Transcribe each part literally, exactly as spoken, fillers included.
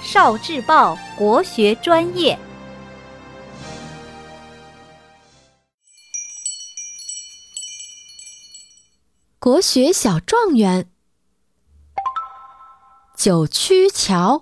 少智报国学专业。 国学小状元。九曲桥。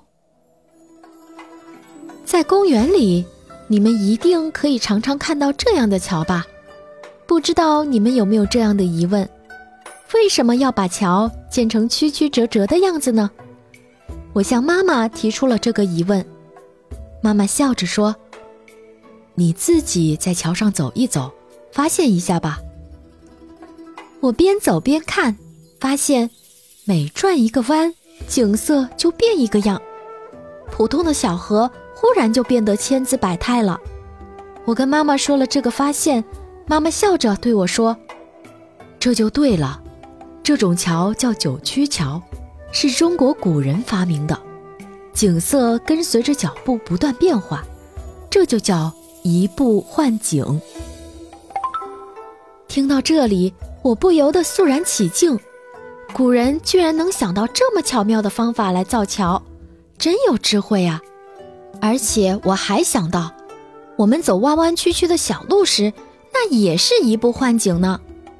在公园里，你们一定可以常常看到这样的桥吧？不知道你们有没有这样的疑问：为什么要把桥建成曲曲折折的样子呢？我向妈妈提出了这个疑问。妈妈笑着说：你自己在桥上走一走，发现一下吧。我边走边看，发现每转一个弯，景色就变一个样。普通的小河忽然就变得千姿百态了。我跟妈妈说了这个发现，妈妈笑着对我说：这就对了，这种桥叫九曲桥，是中国古人发明的，景色跟随着脚步不断变化，这就叫移步换景。听到这里，我不由得肃然起敬，古人居然能想到这么巧妙的方法来造桥，真有智慧啊！而且我还想到，我们走弯弯曲曲的小路时，那也是移步换景呢。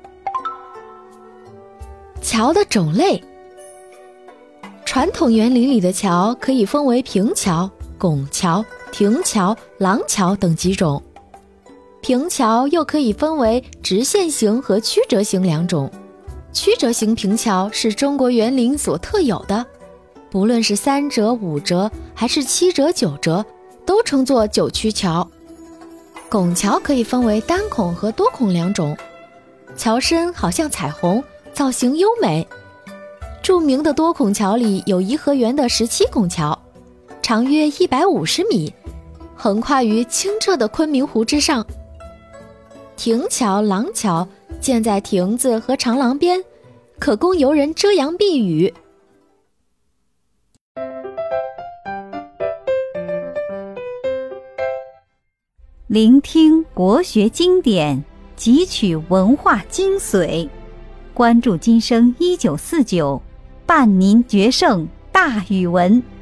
桥的种类。传统园林里的桥可以分为平桥、拱桥、亭桥、廊桥等几种。平桥又可以分为直线型和曲折型两种。曲折型平桥是中国园林所特有的，不论是三折、五折还是七折、九折，都称作九曲桥。拱桥可以分为单孔和多孔两种，桥身好像彩虹，造型优美。著名的多孔桥里有颐和园的十七孔桥，长约一百五十米，横跨于清澈的昆明湖之上。亭桥、廊桥建在亭子和长廊边，可供游人遮阳避雨。 聆听国学经典，汲取文化精髓，关注今生一九四九，伴您决胜大语文。